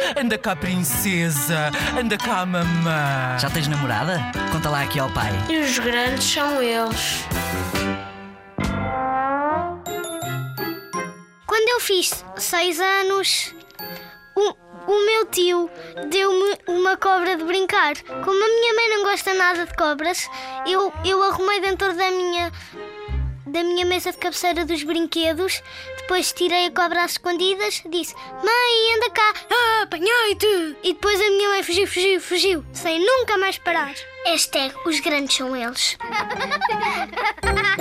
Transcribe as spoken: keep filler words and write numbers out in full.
Anda cá, princesa. Anda cá, mamã. Já tens namorada? Conta lá aqui ao pai. E os grandes são eles. Quando eu fiz seis anos, o, o meu tio deu-me uma cobra de brincar. Como a minha mãe não gosta nada de cobras, eu, eu arrumei dentro da minha, da minha mesa de cabeceira dos brinquedos. Depois tirei a cobra às escondidas, disse: mãe, anda cá. Ah, apanhei-te. E depois a minha mãe fugiu, fugiu, fugiu, sem nunca mais parar. Hashtag os grandes são eles.